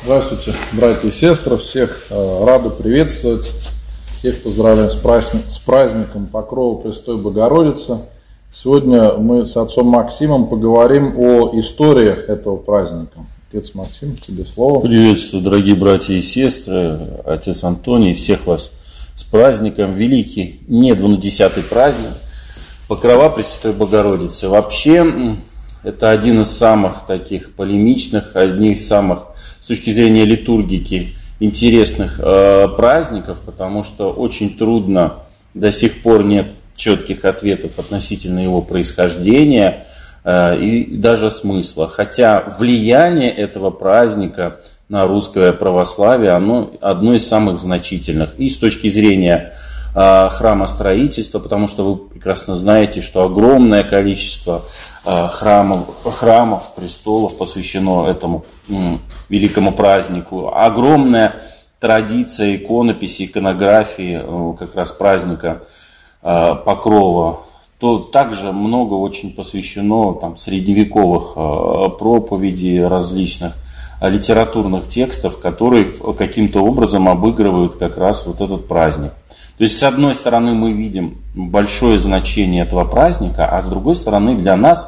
Здравствуйте, братья и сестры, всех рады приветствовать, всех поздравляем с праздником Покрова Престой Богородицы. Сегодня мы с отцом Максимом поговорим о истории этого праздника. Отец Максим, тебе слово. Приветствую, дорогие братья и сестры, отец Антоний, всех вас с праздником. Великий, не 10-й праздник Покрова Пресвятой Богородицы. Вообще, это один из самых таких полемичных, одних из самых, с точки зрения литургики, интересных праздников, потому что очень трудно, до сих пор нет четких ответов относительно его происхождения и даже смысла. Хотя влияние этого праздника на русское православие, оно одно из самых значительных. И с точки зрения храмостроительства, потому что вы прекрасно знаете, что огромное количество храмов, престолов посвящено этому великому празднику. Огромная традиция иконописи, иконографии как раз праздника Покрова. То также много очень посвящено средневековых проповедей, различных литературных текстов, которые каким-то образом обыгрывают как раз вот этот праздник. То есть, с одной стороны, мы видим большое значение этого праздника, а с другой стороны, для нас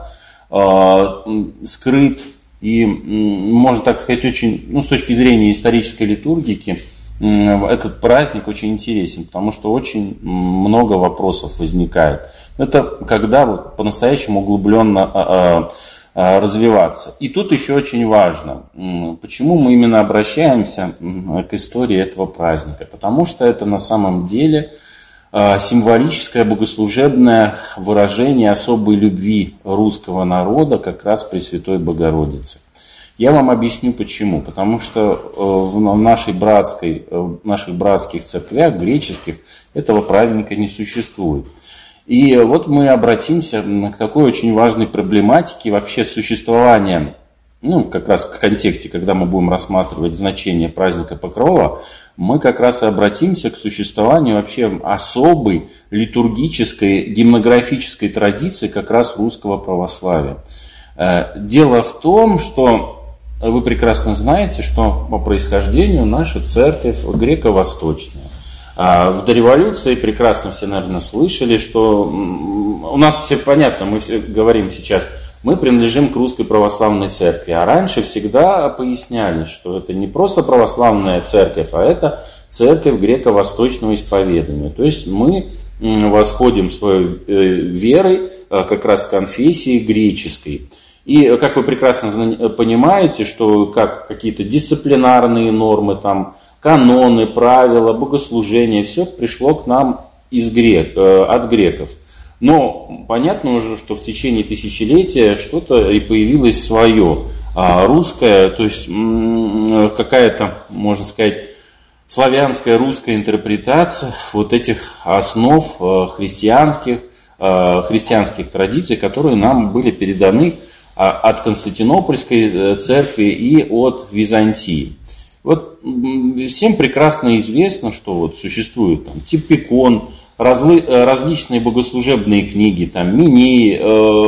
скрыт и, можно так сказать, очень, с точки зрения исторической литургики, этот праздник очень интересен, потому что очень много вопросов возникает. Это когда по-настоящему углубленно развиваться. И тут еще очень важно, почему мы именно обращаемся к истории этого праздника. Потому что это на самом деле символическое богослужебное выражение особой любви русского народа как раз Пресвятой Богородице. Я вам объясню почему. Потому что в наших братских церквях, греческих, этого праздника не существует. И вот мы обратимся к такой очень важной проблематике вообще существования, как раз в контексте, когда мы будем рассматривать значение праздника Покрова, мы как раз и обратимся к существованию вообще особой литургической, гимнографической традиции как раз русского православия. Дело в том, что вы прекрасно знаете, что по происхождению наша церковь греко-восточная. В дореволюции прекрасно все, наверное, слышали, что у нас все понятно, мы все говорим сейчас, мы принадлежим к русской православной церкви. А раньше всегда поясняли, что это не просто православная церковь, а это церковь греко-восточного исповедания. То есть мы восходим своей верой как раз к конфессии греческой. И, как вы прекрасно понимаете, что как какие-то дисциплинарные нормы, каноны, правила, богослужения, все пришло к нам от греков. Но понятно уже, что в течение тысячелетия что-то и появилось свое, русское, то есть какая-то, можно сказать, славянская, русская интерпретация вот этих основ христианских традиций, которые нам были переданы от Константинопольской церкви и от Византии. Вот всем прекрасно известно, что существует типикон, различные богослужебные книги, Минеи,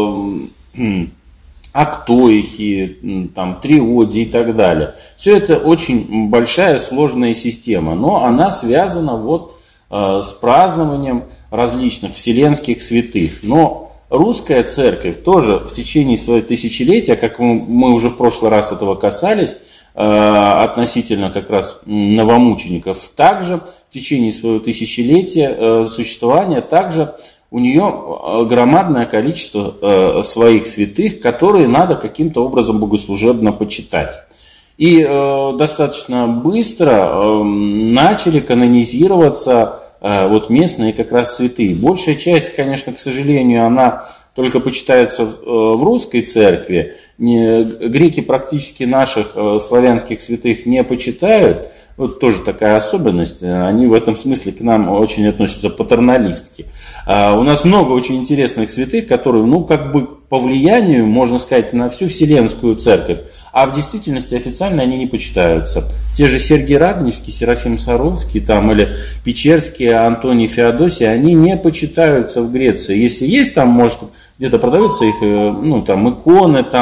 Актоихи, Триодии и так далее. Все это очень большая сложная система, но она связана с празднованием различных вселенских святых. Но русская церковь тоже в течение своего тысячелетия, как мы уже в прошлый раз этого касались, относительно как раз новомучеников, также в течение своего тысячелетия существования, также у нее громадное количество своих святых, которые надо каким-то образом богослужебно почитать. И достаточно быстро начали канонизироваться местные как раз святые. Большая часть, конечно, к сожалению, она только почитается в русской церкви. Греки практически наших славянских святых не почитают. Вот тоже такая особенность. Они в этом смысле к нам очень относятся патерналистски. У нас много очень интересных святых, которые, по влиянию, можно сказать, на всю Вселенскую церковь. А в действительности официально они не почитаются. Те же Сергий Радонежский, Серафим Саровский или Печерский, Антоний Феодосий, они не почитаются в Греции. Если есть может где-то продаются их, иконы,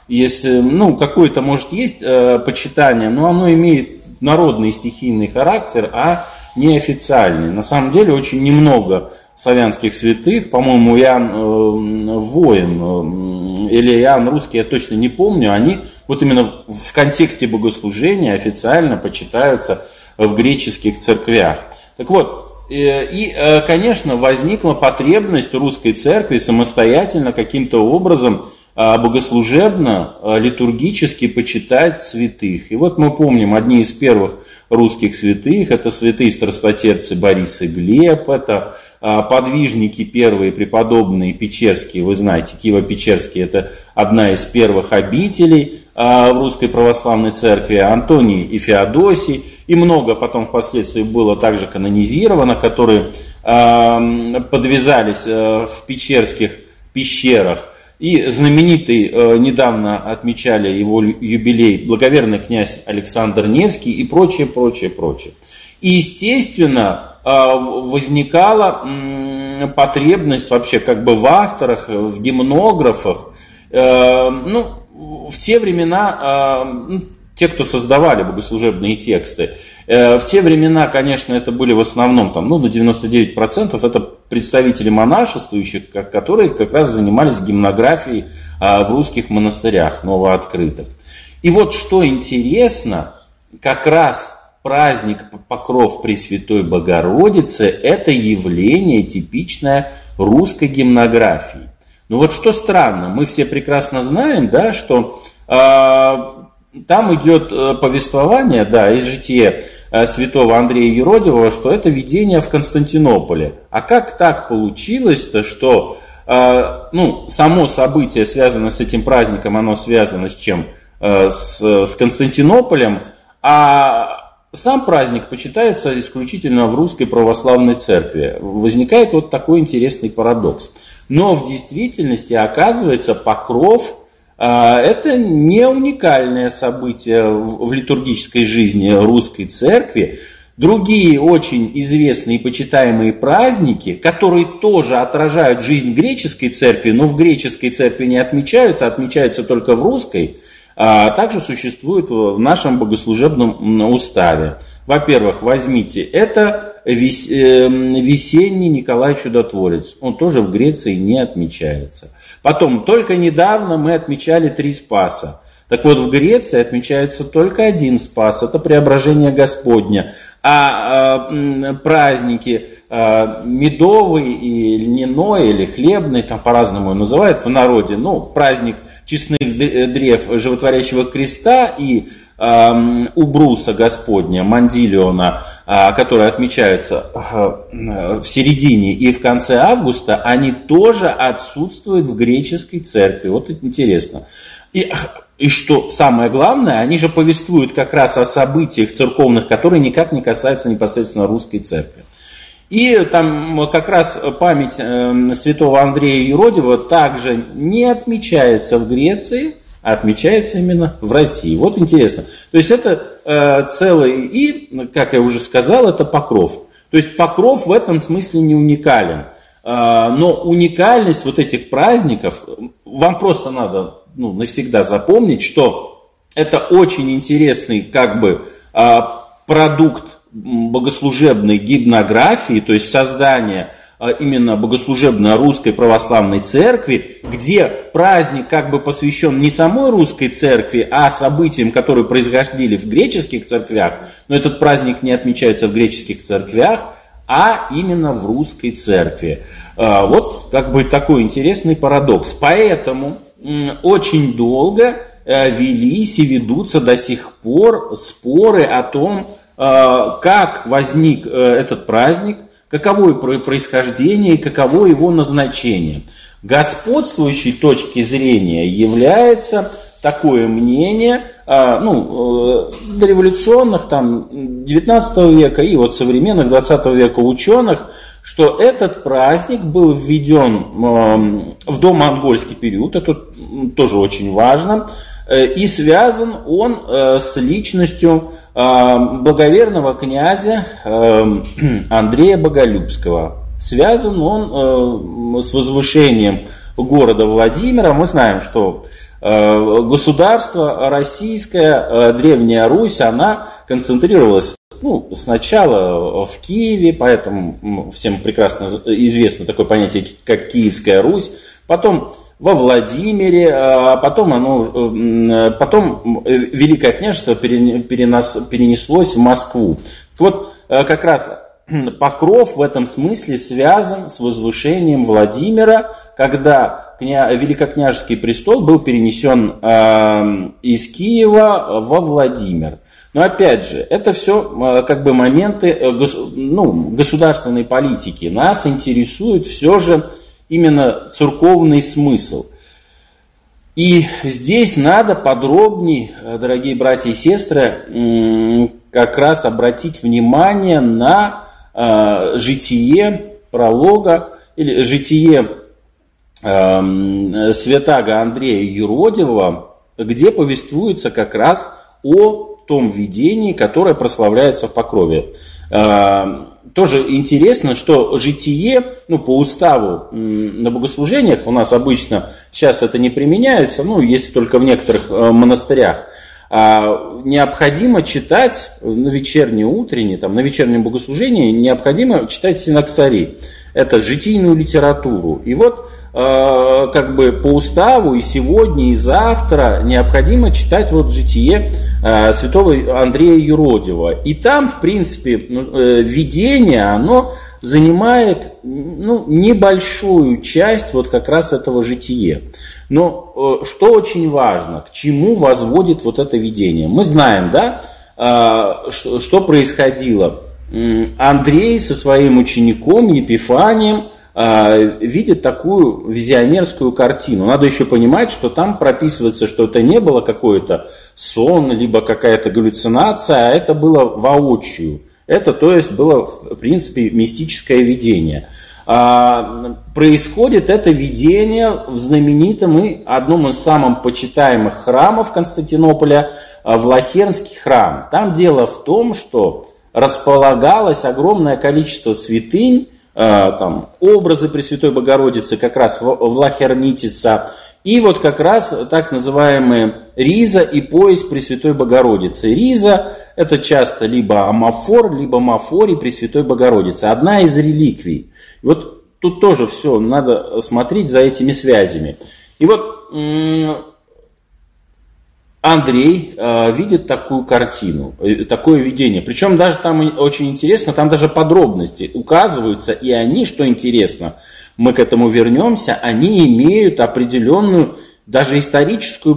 если, какое-то, может, есть почитание, но оно имеет народный стихийный характер, а не официальный. На самом деле очень немного славянских святых, по-моему, Иоанн Воин или Иоанн Русский, я точно не помню, они вот именно в контексте богослужения официально почитаются в греческих церквях. Так вот, конечно, возникла потребность русской церкви самостоятельно каким-то образом богослужебно, литургически почитать святых. И вот мы помним одни из первых русских святых, это святые страстотерпцы Борис и Глеб, это подвижники первые преподобные Печерские, вы знаете, Киево-Печерские, это одна из первых обителей в русской православной церкви, Антоний и Феодосий, и много потом впоследствии было также канонизировано, которые подвязались в печерских пещерах. И знаменитый, недавно отмечали его юбилей, благоверный князь Александр Невский и прочее, прочее, прочее. И, естественно, возникала потребность вообще как бы в авторах, в гимнографах. В те времена, те, кто создавали богослужебные тексты, в те времена, конечно, это были в основном, на 99% это представители монашествующих, которые как раз занимались гимнографией в русских монастырях новооткрытых. И вот что интересно, как раз праздник Покров Пресвятой Богородицы – это явление типичное русской гимнографии. Но вот что странно, мы все прекрасно знаем, да, что там идет повествование, из жития святого Андрея Еродивого, что это видение в Константинополе. А как так получилось-то, что само событие, связанное с этим праздником, оно связано с чем? С Константинополем, а сам праздник почитается исключительно в русской православной церкви. Возникает вот такой интересный парадокс. Но в действительности, оказывается, Покров это не уникальное событие в литургической жизни русской церкви. Другие очень известные и почитаемые праздники, которые тоже отражают жизнь греческой церкви, но в греческой церкви не отмечаются, отмечаются только в русской, также существуют в нашем богослужебном уставе. Во-первых, возьмите, это весенний Николай Чудотворец. Он тоже в Греции не отмечается. Потом, только недавно мы отмечали 3 Спаса. Так вот, в Греции отмечается только 1 Спас, это Преображение Господня. А праздники медовый и льняной или хлебный, там по-разному называют в народе, праздник честных древ животворящего креста и Убруса Господня, Мандилиона, которые отмечаются в середине и в конце августа, они тоже отсутствуют в греческой церкви. Вот это интересно. И что самое главное, они же повествуют как раз о событиях церковных, которые никак не касаются непосредственно русской церкви. И там как раз память святого Андрея Еродивого также не отмечается в Греции, а отмечается именно в России. Вот интересно. То есть это целый, и, как я уже сказал, это Покров. То есть Покров в этом смысле не уникален. Но уникальность вот этих праздников, вам просто надо навсегда запомнить, что это очень интересный продукт богослужебной гимнографии, то есть создание именно богослужебной русской православной церкви, где праздник посвящен не самой русской церкви, а событиям, которые происходили в греческих церквях, но этот праздник не отмечается в греческих церквях, а именно в русской церкви. Вот такой интересный парадокс. Поэтому очень долго велись и ведутся до сих пор споры о том, как возник этот праздник, каково его происхождение и каково его назначение. Господствующей точки зрения является такое мнение дореволюционных 19 века и современных 20 века ученых, что этот праздник был введен в домонгольский период, это тоже очень важно, и связан он с личностью благоверного князя Андрея Боголюбского. Связан он с возвышением города Владимира. Мы знаем, что государство российское, Древняя Русь, она концентрировалась сначала в Киеве, поэтому всем прекрасно известно такое понятие, как Киевская Русь, потом во Владимире, потом Великое княжество перенеслось в Москву. Вот как раз Покров в этом смысле связан с возвышением Владимира, когда Великокняжеский престол был перенесен из Киева во Владимир. Но опять же, это все как бы моменты государственной политики. Нас интересует все же именно церковный смысл. И здесь надо подробнее, дорогие братья и сестры, как раз обратить внимание на житие пролога или житие святаго Андрея Юродивого, где повествуется как раз о том видении, которое прославляется в Покрове. Тоже интересно, что житие, по уставу на богослужениях, у нас обычно сейчас это не применяется, если только в некоторых монастырях, необходимо читать на вечернее, утреннее, на вечернем богослужении необходимо читать синоксарий. Это житийную литературу. И вот как бы по уставу и сегодня, и завтра необходимо читать житие святого Андрея Юродивого. И там, в принципе, видение, оно занимает небольшую часть как раз этого жития. Но что очень важно, к чему возводит это видение? Мы знаем, да, что происходило. Андрей со своим учеником Епифанием видит такую визионерскую картину. Надо еще понимать, что там прописывается, что это не было какой-то сон, либо какая-то галлюцинация, а это было воочию. Это, то есть, было, в принципе, мистическое видение. Происходит это видение в знаменитом и одном из самых почитаемых храмов Константинополя, Влахернский храм. Там дело в том, что располагалось огромное количество святынь, там образы Пресвятой Богородицы, как раз Влахернитиса, и как раз так называемые риза и пояс Пресвятой Богородицы. Риза – это часто либо амафор, либо мафорий Пресвятой Богородицы, одна из реликвий. И тут тоже все, надо смотреть за этими связями. И Андрей видит такую картину, такое видение. Причем даже там очень интересно, там даже подробности указываются, и они, что интересно, мы к этому вернемся, они имеют определенную, даже историческую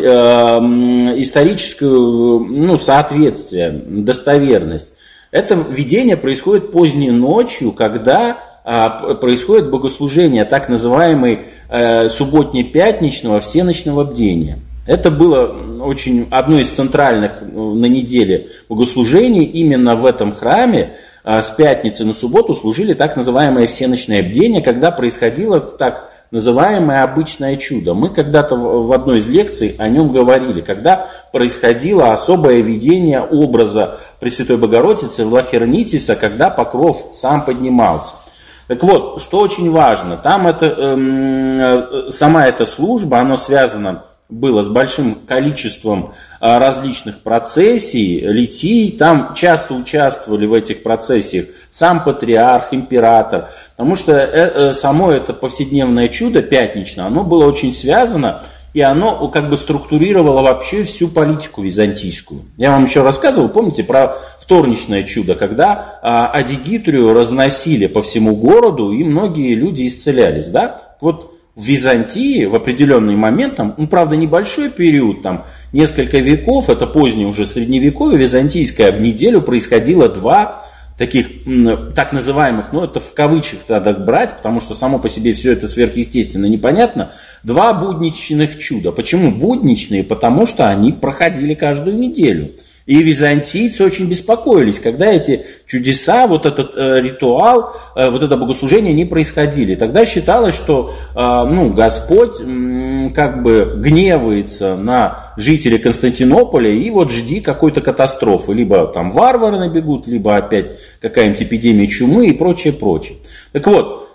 соответствие, достоверность. Это видение происходит поздней ночью, когда происходит богослужение так называемой субботне-пятничного всеночного бдения. Это было одно из центральных на неделе богослужений. Именно в этом храме с пятницы на субботу служили так называемое всеночное бдение, когда происходило так называемое обычное чудо. Мы когда-то в одной из лекций о нем говорили, когда происходило особое видение образа Пресвятой Богородицы Влахернитиса, когда Покров сам поднимался. Так вот, что очень важно, там сама эта служба, она связана было с большим количеством различных процессий, литий. Там часто участвовали в этих процессиях сам патриарх, император. Потому что само это повседневное чудо пятничное, оно было очень связано, и оно как бы структурировало вообще всю политику византийскую. Я вам еще рассказывал, помните, про вторничное чудо, когда адигитрию разносили по всему городу, и многие люди исцелялись, да? В Византии в определенный момент, правда, небольшой период, несколько веков, это позднее уже средневековье византийское, в неделю происходило два таких так называемых, это в кавычках надо брать, потому что само по себе все это сверхъестественно непонятно, два будничных чуда. Почему будничные? Потому что они проходили каждую неделю. И византийцы очень беспокоились, когда эти чудеса, этот ритуал, это богослужение не происходили. Тогда считалось, что Господь как бы гневается на жителей Константинополя, и жди какой-то катастрофы. Либо варвары набегут, либо опять какая-нибудь эпидемия чумы и прочее, прочее. Так вот,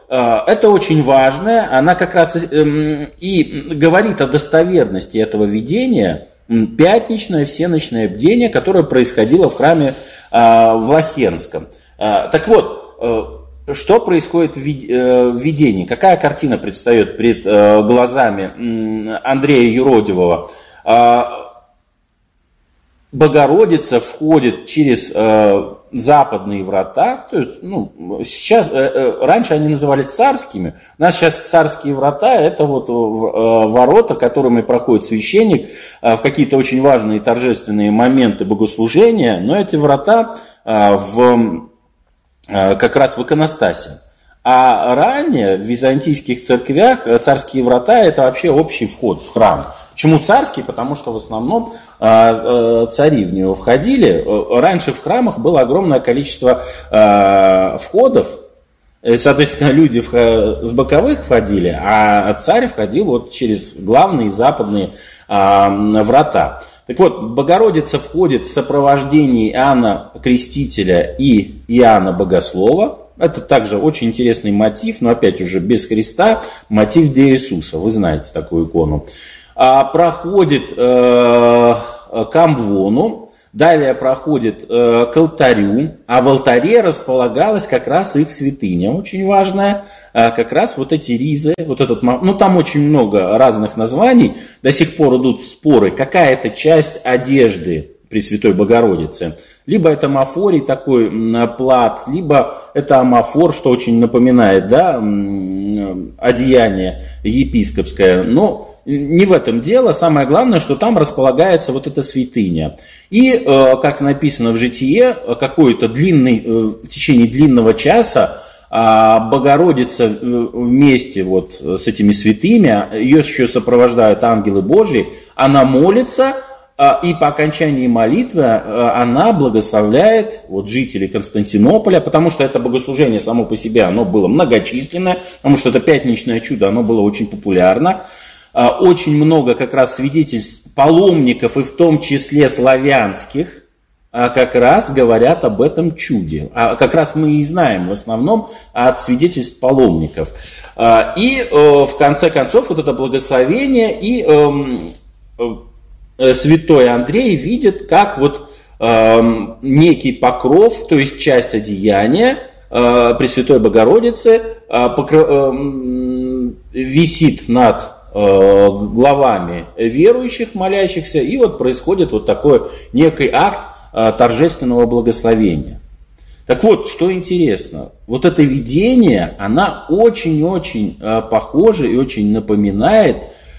это очень важно, она как раз и говорит о достоверности этого видения, пятничное всеночное бдение, которое происходило в храме Влахенском. Так вот, что происходит в видении? Какая картина предстает перед глазами Андрея Юродивого? Богородица входит через западные врата, то есть, сейчас, раньше они назывались царскими, у нас сейчас царские врата, это вот ворота, которыми проходит священник в какие-то очень важные торжественные моменты богослужения, но эти врата как раз в иконостасе. А ранее в византийских церквях царские врата – это вообще общий вход в храм. Почему царский? Потому что в основном цари в него входили. Раньше в храмах было огромное количество входов. Соответственно, люди с боковых входили, а царь входил вот через главные западные врата. Так вот, Богородица входит в сопровождении Иоанна Крестителя и Иоанна Богослова. Это также очень интересный мотив, но опять уже без Христа, мотив Де Иисуса. Вы знаете такую икону. Проходит к амвону, далее проходит к алтарю, а в алтаре располагалась как раз их святыня, очень важная, как раз вот эти ризы, вот этот, там очень много разных названий, до сих пор идут споры, какая это часть одежды Пресвятой Богородицы. Либо это амафорий такой плат, либо это амафор, что очень напоминает, одеяние епископское, но не в этом дело, самое главное, что там располагается вот эта святыня. И, как написано в Житие, в течение длинного часа Богородица вместе вот с этими святыми, ее еще сопровождают ангелы Божьи, она молится, и по окончании молитвы она благословляет жителей Константинополя, потому что это богослужение само по себе, оно было многочисленное, потому что это пятничное чудо, оно было очень популярно. Очень много как раз свидетельств паломников, и в том числе славянских, как раз говорят об этом чуде. А как раз мы и знаем в основном от свидетельств паломников. И в конце концов вот это благословение, и святой Андрей видит, как некий покров, то есть часть одеяния Пресвятой Богородицы висит над главами верующих, молящихся, и происходит такой некий акт торжественного благословения. Так вот, что интересно, вот это видение, она очень-очень похожа и очень напоминает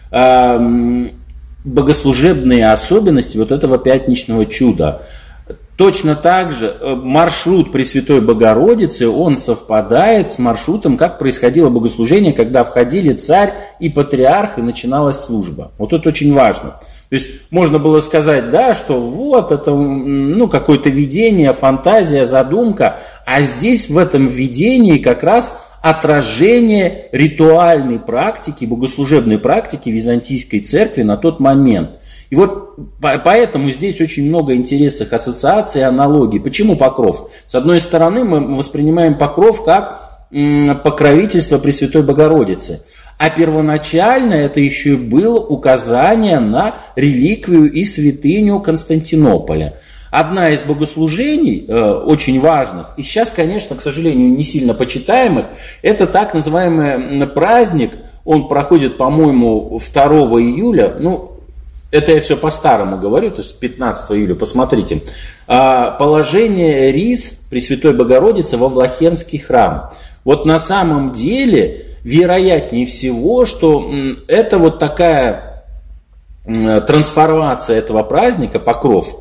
богослужебные особенности вот этого пятничного чуда. Точно так же маршрут Пресвятой Богородицы, он совпадает с маршрутом, как происходило богослужение, когда входили царь и патриарх, и начиналась служба. Вот это очень важно. То есть можно было сказать, что это какое-то видение, фантазия, задумка, а здесь в этом видении как раз отражение ритуальной практики, богослужебной практики Византийской церкви на тот момент. И поэтому здесь очень много интересных ассоциаций, аналогий. Почему покров? С одной стороны, мы воспринимаем покров как покровительство Пресвятой Богородицы. А первоначально это еще и было указание на реликвию и святыню Константинополя. Одна из богослужений, очень важных, и сейчас, конечно, к сожалению, не сильно почитаемых, это так называемый праздник, он проходит, по-моему, 2 июля, это я все по-старому говорю, то есть 15 июля, посмотрите. Положение риз Пресвятой Богородицы во Влахенский храм. На самом деле, вероятнее всего, что это такая трансформация этого праздника, покров,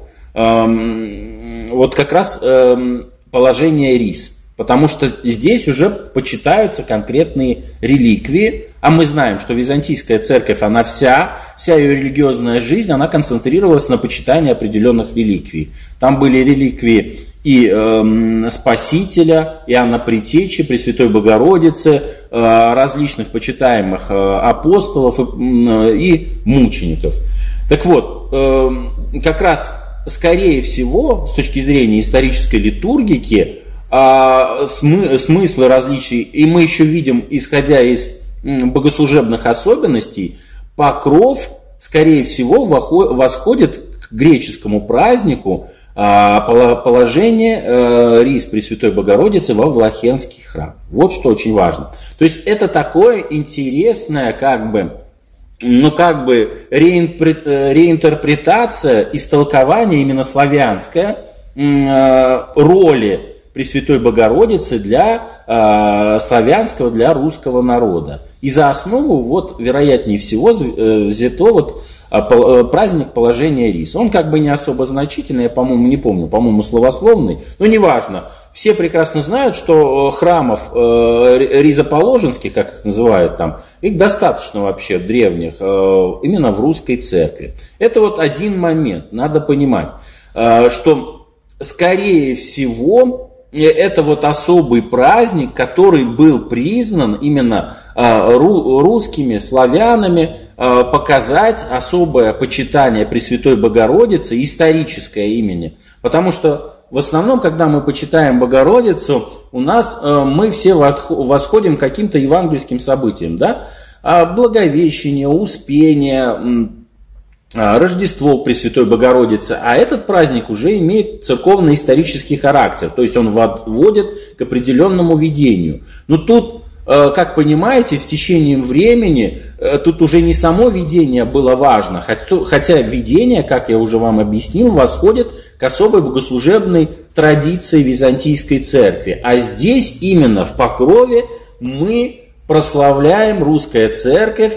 как раз положение риз. Потому что здесь уже почитаются конкретные реликвии, а мы знаем, что византийская церковь, она вся ее религиозная жизнь, она концентрировалась на почитании определенных реликвий. Там были реликвии и Спасителя, Иоанна Предтечи, Пресвятой Богородицы, различных почитаемых апостолов и мучеников. Так вот, как раз, скорее всего, с точки зрения исторической литургики, смыслы различий, и мы еще видим, исходя из богослужебных особенностей, Покров, скорее всего, восходит к греческому празднику положение рис Пресвятой Богородицы во Влахенский храм. Вот что очень важно. То есть это такое интересное реинтерпретация, истолкование именно славянское роли Пресвятой Богородицы для славянского, для русского народа. И за основу, вероятнее всего, взято праздник положения рис. Он не особо значительный, я, по-моему, не помню, по-моему, словословный, но неважно. Все прекрасно знают, что храмов ризоположенских, как их называют там, их достаточно вообще древних, именно в русской церкви. Это один момент, надо понимать, что, скорее всего, это особый праздник, который был признан именно русскими, славянами, показать особое почитание Пресвятой Богородицы, историческое имени. Потому что в основном, когда мы почитаем Богородицу, мы все восходим к каким-то евангельским событиям, да? Благовещение, Успение, Рождество Пресвятой Богородицы, а этот праздник уже имеет церковно-исторический характер, то есть он вводит к определенному видению. Но тут, как понимаете, с течением времени тут уже не само видение было важно, хотя видение, как я уже вам объяснил, восходит к особой богослужебной традиции Византийской церкви. А здесь именно в Покрове мы прославляем, русская церковь,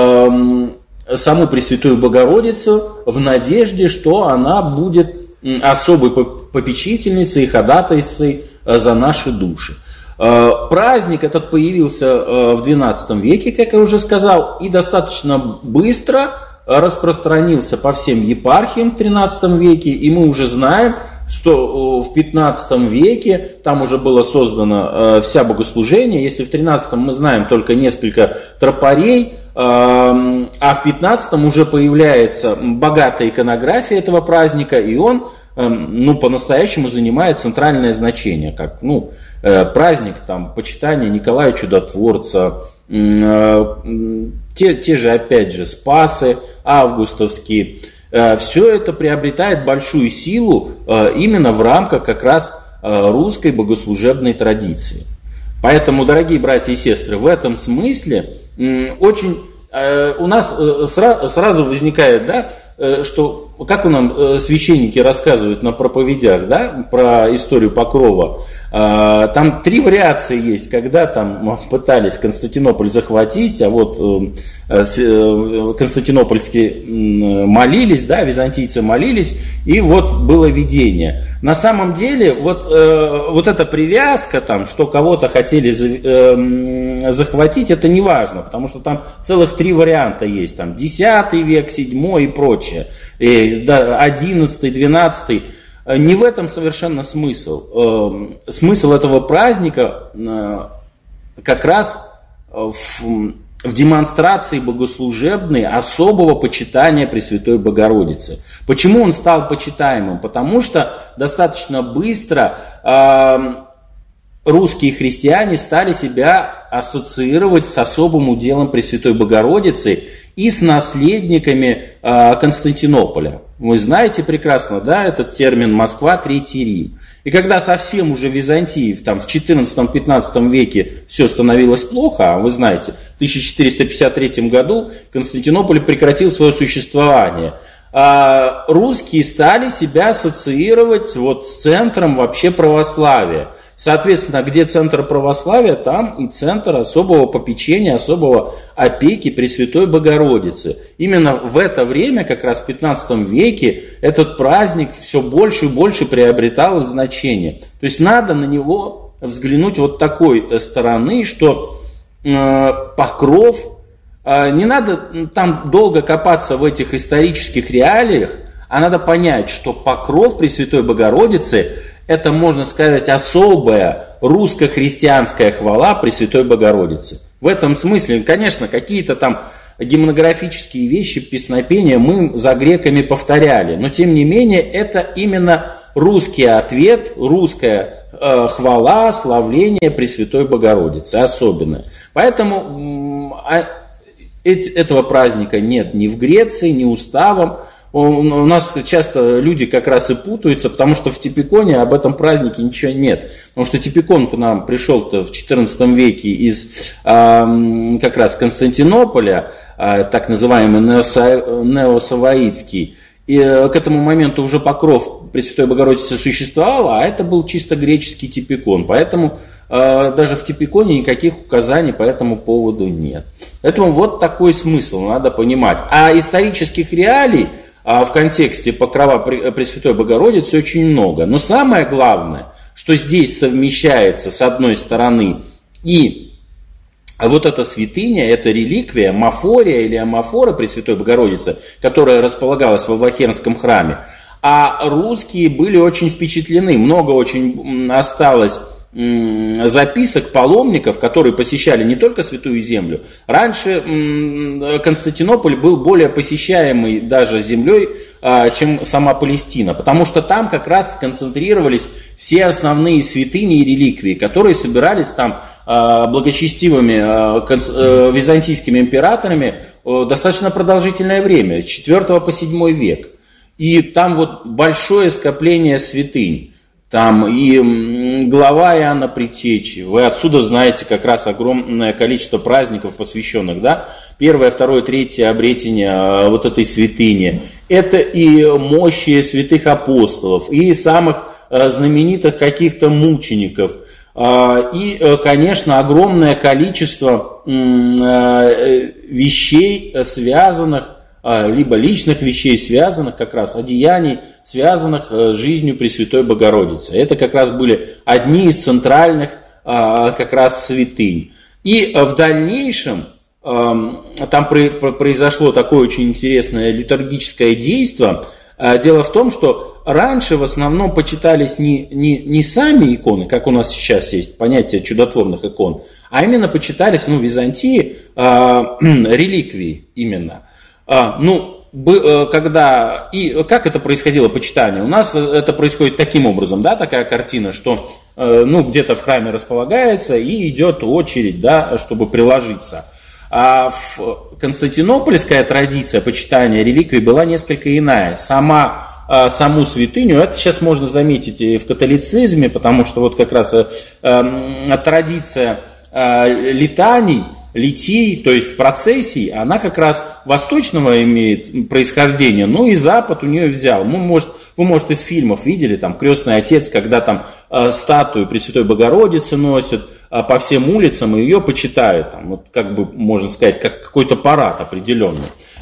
саму Пресвятую Богородицу в надежде, что она будет особой попечительницей и ходатайцей за наши души. Праздник этот появился в XII веке, как я уже сказал, и достаточно быстро распространился по всем епархиям в XIII веке, и мы уже знаем, что в XV веке там уже было создано вся богослужение. Если в XIII мы знаем только несколько тропарей, а в XV уже появляется богатая иконография этого праздника, и он по-настоящему занимает центральное значение, как праздник почитания Николая Чудотворца, те же, опять же, Спасы августовские. Все это приобретает большую силу именно в рамках как раз русской богослужебной традиции. Поэтому, дорогие братья и сестры, в этом смысле очень у нас сразу возникает, что, как у нам священники рассказывают на проповедях, про историю Покрова, там 3 вариации есть, когда там пытались Константинополь захватить, а константинопольские молились, византийцы молились, и было видение. На самом деле, эта привязка, что кого-то хотели захватить, это не важно, потому что там целых 3 варианта есть, там 10 век, 7 и прочее, 11, 12. Не в этом совершенно смысл. Смысл этого праздника как раз в демонстрации богослужебной особого почитания Пресвятой Богородицы. Почему он стал почитаемым? Потому что достаточно быстро русские христиане стали себя ассоциировать с особым уделом Пресвятой Богородицы и с наследниками Константинополя. Вы знаете прекрасно, этот термин «Москва, Третий Рим». И когда совсем уже в Византии в XIV-XV веке все становилось плохо, а вы знаете, в 1453 году Константинополь прекратил свое существование, русские стали себя ассоциировать с центром вообще православия. Соответственно, где центр православия, там и центр особого попечения, особого опеки Пресвятой Богородицы. Именно в это время, как раз в XV веке, этот праздник все больше и больше приобретал значение. То есть надо на него взглянуть такой стороны, что Покров, не надо там долго копаться в этих исторических реалиях, а надо понять, что Покров Пресвятой Богородицы – это, можно сказать, особая русско-христианская хвала Пресвятой Богородицы. В этом смысле, конечно, какие-то там гимнографические вещи, песнопения мы за греками повторяли, но тем не менее это именно русский ответ, русская хвала, славление Пресвятой Богородицы, особенное. Поэтому этого праздника нет ни в Греции, ни уставом. У нас часто люди как раз и путаются, потому что в Типиконе об этом празднике ничего нет. Потому что Типикон к нам пришел-то в XIV веке из как раз Константинополя, так называемый неосавоитский. И к этому моменту уже покров Пресвятой Богородицы существовал, а это был чисто греческий Типикон. Поэтому даже в Типиконе никаких указаний по этому поводу нет. Поэтому вот такой смысл надо понимать. А исторических реалий в контексте покрова Пресвятой Богородицы очень много. Но самое главное, что здесь совмещается с одной стороны и вот эта святыня, это реликвия, мафория или амафора Пресвятой Богородицы, которая располагалась во Влахернском храме. А русские были очень впечатлены, много очень осталось записок паломников, которые посещали не только Святую Землю. Раньше Константинополь был более посещаемый даже землей, чем сама Палестина, потому что там как раз сконцентрировались все основные святыни и реликвии, которые собирались там благочестивыми византийскими императорами достаточно продолжительное время, с 4 по 7 век. И там вот большое скопление святынь. Там и глава Иоанна Предтечи, вы отсюда знаете как раз огромное количество праздников, посвященных, да, 1, 2, 3 обретение вот этой святыни. Это и мощи святых апостолов, и самых знаменитых каких-то мучеников, и, конечно, огромное количество вещей, связанных, либо личных вещей, связанных как раз, одеяний, связанных с жизнью Пресвятой Богородицы. Это как раз были одни из центральных как раз святынь. И в дальнейшем там произошло такое очень интересное литургическое действие. Дело в том, что раньше в основном почитались не сами иконы, как у нас сейчас есть понятие чудотворных икон, а именно почитались, в Византии реликвии именно. Когда и как это происходило почитание? У нас это происходит таким образом, да, такая картина, что где-то в храме располагается и идет очередь, да, чтобы приложиться. А в константинопольская традиция почитания реликвий была несколько иная. Саму святыню, это сейчас можно заметить и в католицизме, потому что вот как раз традиция летаний, литий, то есть процессий, она как раз восточного имеет происхождение, и Запад у нее взял. Вы, может, из фильмов видели, там, «Крестный отец», когда там статую Пресвятой Богородицы носят по всем улицам и ее почитают, там, вот, как бы, можно сказать, как какой-то парад определенный.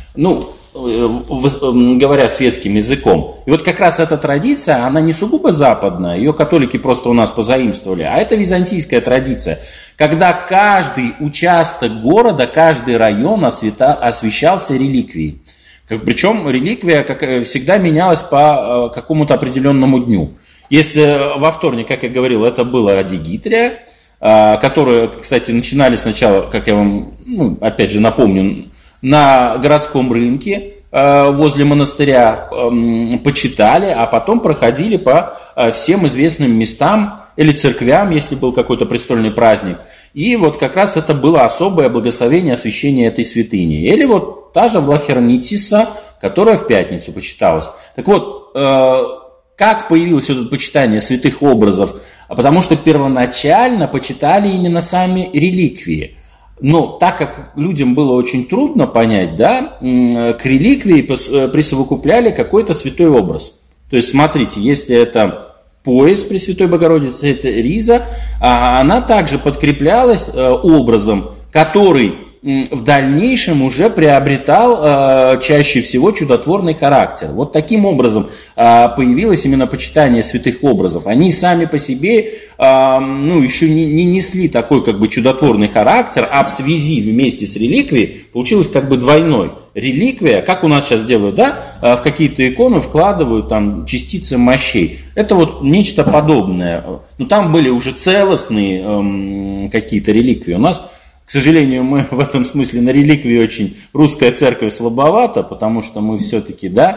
Говоря светским языком. И вот как раз эта традиция, она не сугубо западная, ее католики просто у нас позаимствовали, а это византийская традиция, когда каждый участок города, каждый район освящался реликвией. Причем реликвия, как всегда, менялась по какому-то определенному дню. Если во вторник, как я говорил, это было Адигитрия, которые, кстати, начинали сначала, как я вам, опять же напомню, на городском рынке возле монастыря почитали, а потом проходили по всем известным местам или церквям, если был какой-то престольный праздник. И вот как раз это было особое благословение освящения этой святыни. Или вот та же Влахернитиса, которая в пятницу почиталась. Так вот, как появилось это почитание святых образов? Потому что первоначально почитали именно сами реликвии. Но так как людям было очень трудно понять, да, к реликвии присовокупляли какой-то святой образ. То есть, смотрите, если это пояс Пресвятой Богородицы, это риза, она также подкреплялась образом, который в дальнейшем уже приобретал чаще всего чудотворный характер. Вот таким образом появилось именно почитание святых образов. Они сами по себе еще не несли такой как бы чудотворный характер, а в связи вместе с реликвией получилось как бы двойной. Реликвия, как у нас сейчас делают, да, в какие-то иконы вкладывают там частицы мощей. Это вот нечто подобное. Но там были уже целостные какие-то реликвии. У нас, к сожалению, мы в этом смысле на реликвии очень русская церковь слабовата, потому что мы все-таки, да,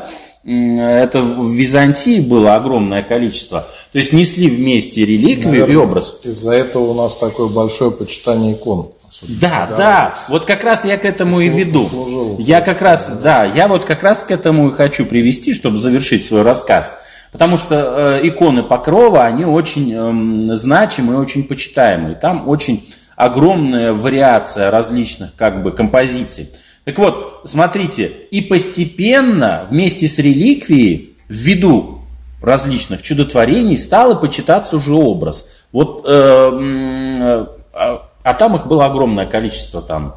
это в Византии было огромное количество. То есть несли вместе реликвию и образ. Из-за этого у нас такое большое почитание икон. Да, вот как раз я к этому и веду. Я вот как раз к этому и хочу привести, чтобы завершить свой рассказ. Потому что иконы Покрова, они очень значимые, очень почитаемые. Там очень огромная вариация различных композиций. Так вот, смотрите, и постепенно вместе с реликвией, ввиду различных чудотворений, стал почитаться уже образ. Вот, а там их было огромное количество, там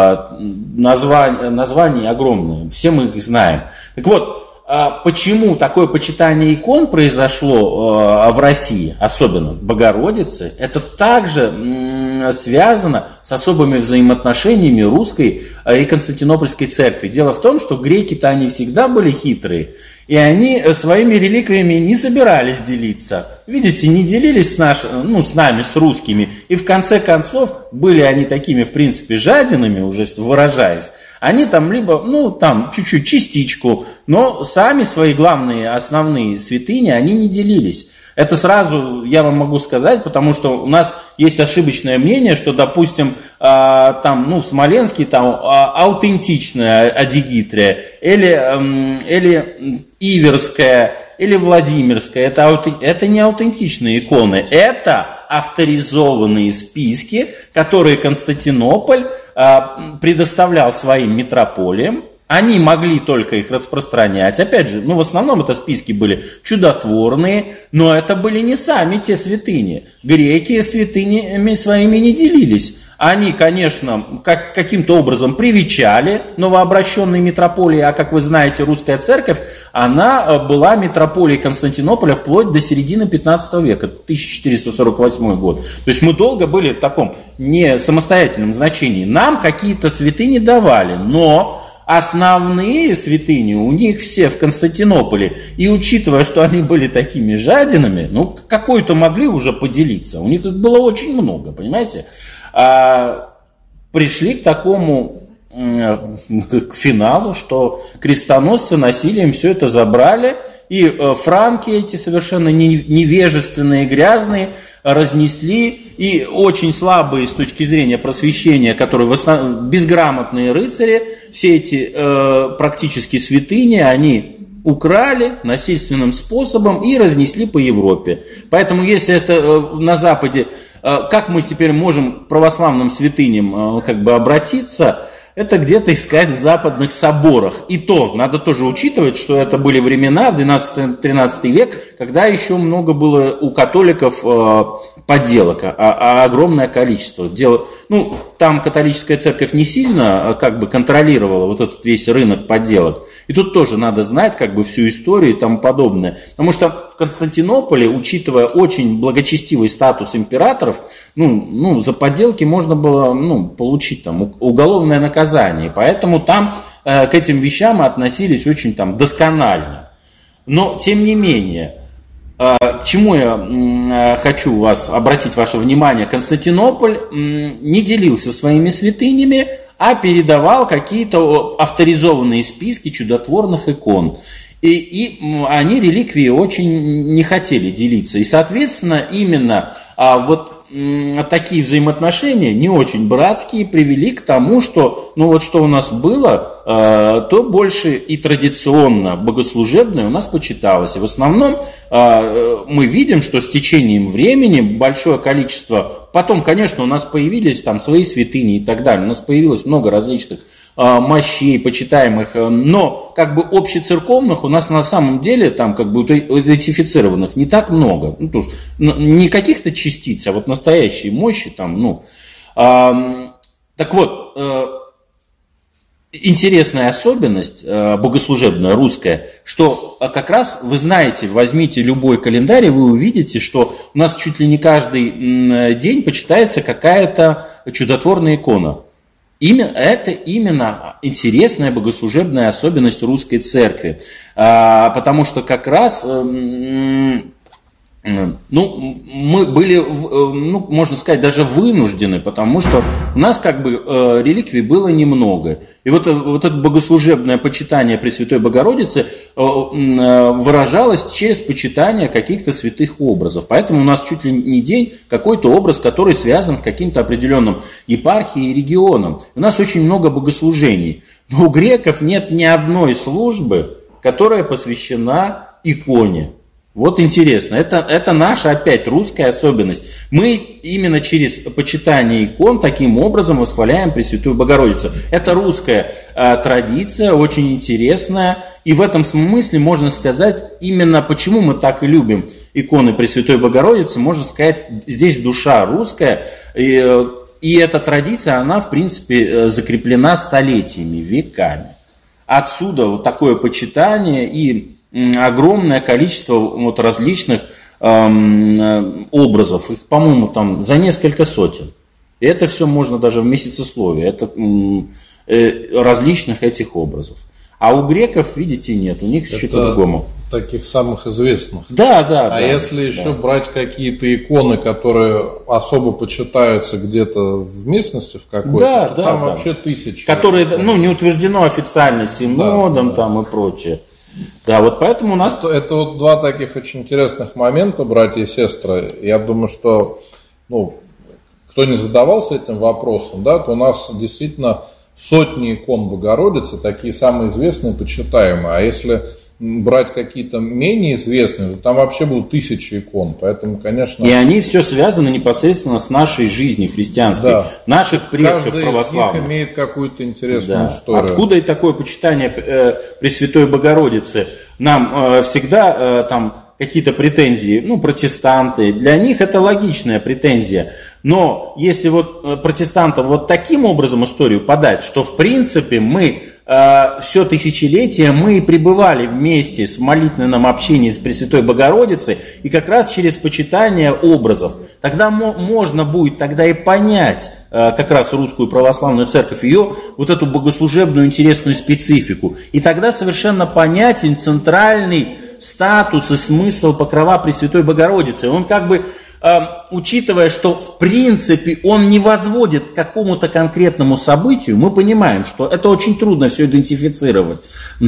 названий огромные, все мы их знаем. Так вот, почему такое почитание икон произошло в России, особенно в Богородице, это также связано с особыми взаимоотношениями русской и Константинопольской церкви. Дело в том, что греки-то они всегда были хитрые, и они своими реликвиями не собирались делиться. Видите, не делились с нами, с русскими, и в конце концов были они такими, в принципе, жадинами, уже выражаясь. Они там либо, чуть-чуть, частичку, но сами свои главные, основные святыни, они не делились. Это сразу я вам могу сказать, потому что у нас есть ошибочное мнение, что, допустим, в Смоленске там аутентичная Адигитрия, или Иверская, или Владимирская. Это не аутентичные иконы, это авторизованные списки, которые Константинополь предоставлял своим митрополиям. Они могли только их распространять. Опять же, в основном это списки были чудотворные, но это были не сами те святыни. Греки святынями своими не делились. Они, конечно, каким-то образом привечали новообращенные митрополии, а как вы знаете, русская церковь, она была митрополией Константинополя вплоть до середины 15 века, 1448 год. То есть мы долго были в таком не самостоятельном значении. Нам какие-то святыни давали, но основные святыни у них все в Константинополе. И учитывая, что они были такими жадинами, какой-то могли уже поделиться. У них их было очень много, понимаете? Пришли к такому, к финалу, что крестоносцы насилием все это забрали, и франки эти совершенно невежественные, грязные, разнесли, и очень слабые с точки зрения просвещения, которые в основном безграмотные рыцари, все эти практически святыни, они украли насильственным способом и разнесли по Европе. Поэтому если это на Западе, как мы теперь можем к православным святыням обратиться? Это где-то искать в западных соборах. И то, надо тоже учитывать, что это были времена, в 12-13 век, когда еще много было у католиков подделок, огромное количество. Там католическая церковь не сильно контролировала вот этот весь рынок подделок. И тут тоже надо знать всю историю и тому подобное. Потому что в Константинополе, учитывая очень благочестивый статус императоров, за подделки можно было получить уголовное наказание. Поэтому там к этим вещам относились очень досконально. Но, тем не менее, к чему я хочу обратить ваше внимание, Константинополь не делился своими святынями, а передавал какие-то авторизованные списки чудотворных икон. И они реликвии очень не хотели делиться. И, соответственно, именно такие взаимоотношения, не очень братские, привели к тому, что что у нас было, то больше и традиционно богослужебное у нас почиталось. И в основном мы видим, что с течением времени большое количество, потом, конечно, у нас появились свои святыни и так далее, у нас появилось много различных мощей, почитаемых, но общецерковных у нас на самом деле идентифицированных не так много. Не каких-то частиц, а настоящие мощи Так вот, интересная особенность богослужебная русская, что как раз, вы знаете, возьмите любой календарь, и вы увидите, что у нас чуть ли не каждый день почитается какая-то чудотворная икона. Это именно интересная богослужебная особенность русской церкви, потому что как раз Ну, мы были, ну, можно сказать, даже вынуждены, потому что у нас как бы реликвий было немного. И вот это богослужебное почитание Пресвятой Богородицы выражалось через почитание каких-то святых образов. Поэтому у нас чуть ли не день какой-то образ, который связан с каким-то определенным епархией и регионом. У нас очень много богослужений. Но у греков нет ни одной службы, которая посвящена иконе. Вот интересно, это наша опять русская особенность. Мы именно через почитание икон таким образом восхваляем Пресвятую Богородицу. Это русская традиция, очень интересная. И в этом смысле можно сказать, именно почему мы так и любим иконы Пресвятой Богородицы, можно сказать, здесь душа русская. И эта традиция, она в принципе закреплена столетиями, веками. Отсюда вот такое почитание и огромное количество вот различных образов, их, по-моему, там за несколько сотен. И это все можно даже в месяцесловие, это различных этих образов. А у греков, видите, нет, у них еще по-другому. Таких самых известных. Да. Если еще брать какие-то иконы, которые особо почитаются где-то в местности, в какой-то, там вообще тысячи. Которые, не утверждено официально синодом там и прочее. Да, вот поэтому у нас... Это вот два таких очень интересных момента, братья и сестры. Я думаю, что, кто не задавался этим вопросом, да, то у нас действительно сотни икон Богородицы, такие самые известные, почитаемые. А если брать какие-то менее известные, то там вообще будут тысячи икон. Поэтому, конечно... И они все связаны непосредственно с нашей жизнью христианской, наших предков православных. Каждый из них имеет какую-то интересную историю. Откуда и такое почитание Пресвятой Богородицы? Нам всегда там какие-то претензии, протестанты, для них это логичная претензия. Но если вот протестантам вот таким образом историю подать, что в принципе мы все тысячелетие мы пребывали вместе в молитвенном общении с Пресвятой Богородицей, и как раз через почитание образов, тогда можно будет тогда и понять как раз русскую православную церковь, ее вот эту богослужебную интересную специфику. И тогда совершенно понятен центральный статус и смысл покрова Пресвятой Богородицы. Он как бы, учитывая, что в принципе он не возводит к какому-то конкретному событию, мы понимаем, что это очень трудно все идентифицировать.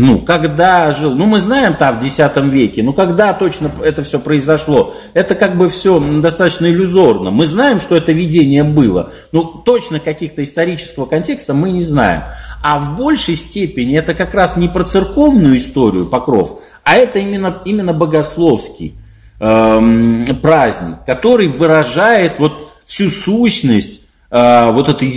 Когда жил, мы знаем там в X веке, когда точно это все произошло, это как бы все достаточно иллюзорно. Мы знаем, что это видение было, но точно каких-то исторического контекста мы не знаем. А в большей степени это как раз не про церковную историю, покров, а это именно богословский праздник, который выражает вот всю сущность, вот это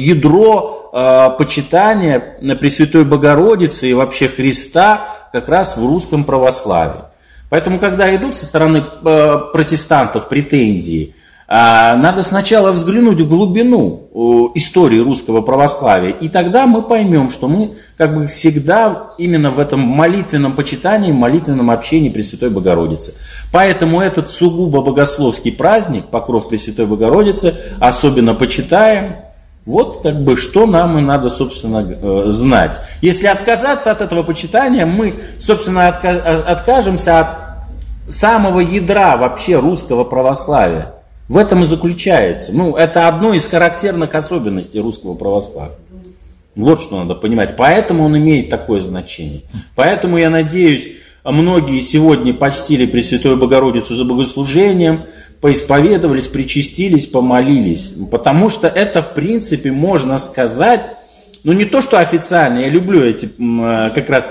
ядро почитания Пресвятой Богородицы и вообще Христа как раз в русском православии. Поэтому, когда идут со стороны протестантов претензии, надо сначала взглянуть в глубину истории русского православия, и тогда мы поймем, что мы как бы всегда именно в этом молитвенном почитании, молитвенном общении Пресвятой Богородицы. Поэтому этот сугубо богословский праздник, покров Пресвятой Богородицы, особенно почитаем. Вот как бы что нам и надо, собственно, знать. Если отказаться от этого почитания, мы, собственно, откажемся от самого ядра вообще русского православия. В этом и заключается. Это одно из характерных особенностей русского православия. Вот что надо понимать. Поэтому он имеет такое значение. Поэтому, я надеюсь, многие сегодня почтили Пресвятую Богородицу за богослужением, поисповедовались, причастились, помолились. Потому что это, в принципе, можно сказать, не то, что официально, я люблю эти как раз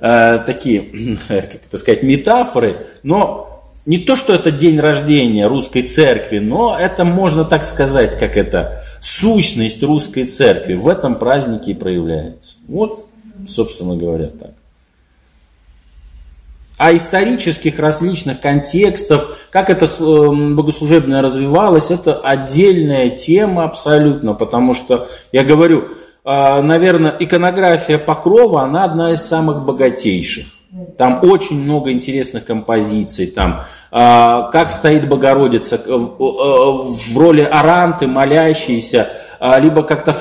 такие, как это сказать, метафоры, но не то, что это день рождения русской церкви, но это можно так сказать, как это сущность русской церкви в этом празднике и проявляется. Вот, собственно говоря, так. А исторических различных контекстов, как это богослужебное развивалось, это отдельная тема абсолютно, потому что, я говорю, наверное, иконография Покрова, она одна из самых богатейших. Там очень много интересных композиций, там, как стоит Богородица в роли оранты, молящейся, либо как-то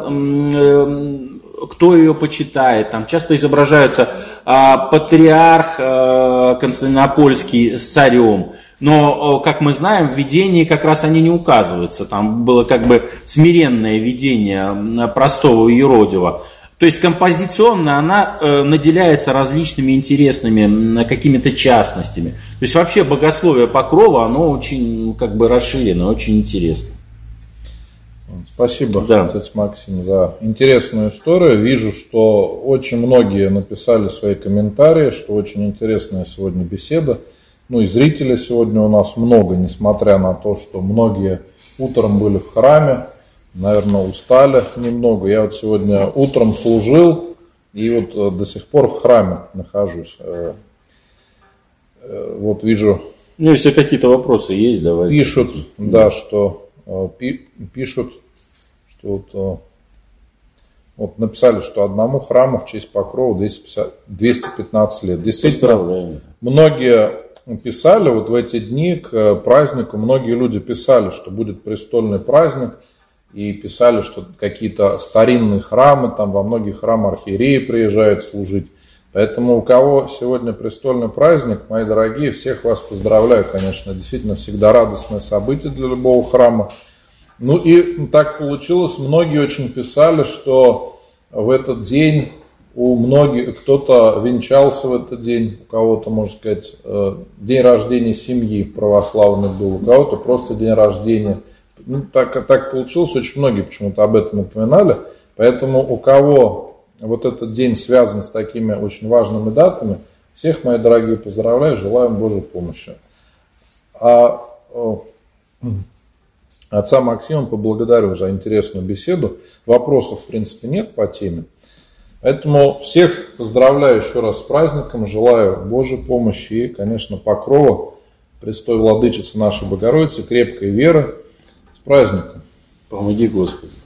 кто ее почитает. Там часто изображаются патриарх Константинопольский с царем. Но, как мы знаем, в видении как раз они не указываются. Там было как бы смиренное видение простого юродива. То есть композиционно она наделяется различными интересными какими-то частностями. То есть вообще богословие Покрова, оно очень как бы расширено, очень интересно. Спасибо, отец Максим, за интересную историю. Вижу, что очень многие написали свои комментарии, что очень интересная сегодня беседа. Ну и зрителей сегодня у нас много, несмотря на то, что многие утром были в храме, наверное, устали немного. Я вот сегодня утром служил и вот до сих пор в храме нахожусь. Вот вижу. Ну, если какие-то вопросы есть, давайте. Пишут, да, что пишут, что вот написали, что одному храму в честь Покрова 215 лет. Действительно, многие писали вот в эти дни к празднику, многие люди писали, что будет престольный праздник, и писали, что какие-то старинные храмы, там во многих храмах архиереи приезжают служить. Поэтому у кого сегодня престольный праздник, мои дорогие, всех вас поздравляю, конечно, действительно всегда радостное событие для любого храма. Ну и так получилось, многие очень писали, что в этот день у многих, кто-то венчался в этот день, у кого-то, можно сказать, день рождения семьи православный был, у кого-то просто день рождения. Ну, так получилось, очень многие почему-то об этом упоминали. Поэтому у кого вот этот день связан с такими очень важными датами, всех, мои дорогие, поздравляю, желаю им Божьей помощи. А отца Максима поблагодарю за интересную беседу. Вопросов, в принципе, нет по теме. Поэтому всех поздравляю еще раз с праздником, желаю Божьей помощи и, конечно, покрова Престой Владычицы нашей Богородицы, крепкой веры. С праздником! Помоги, Господи!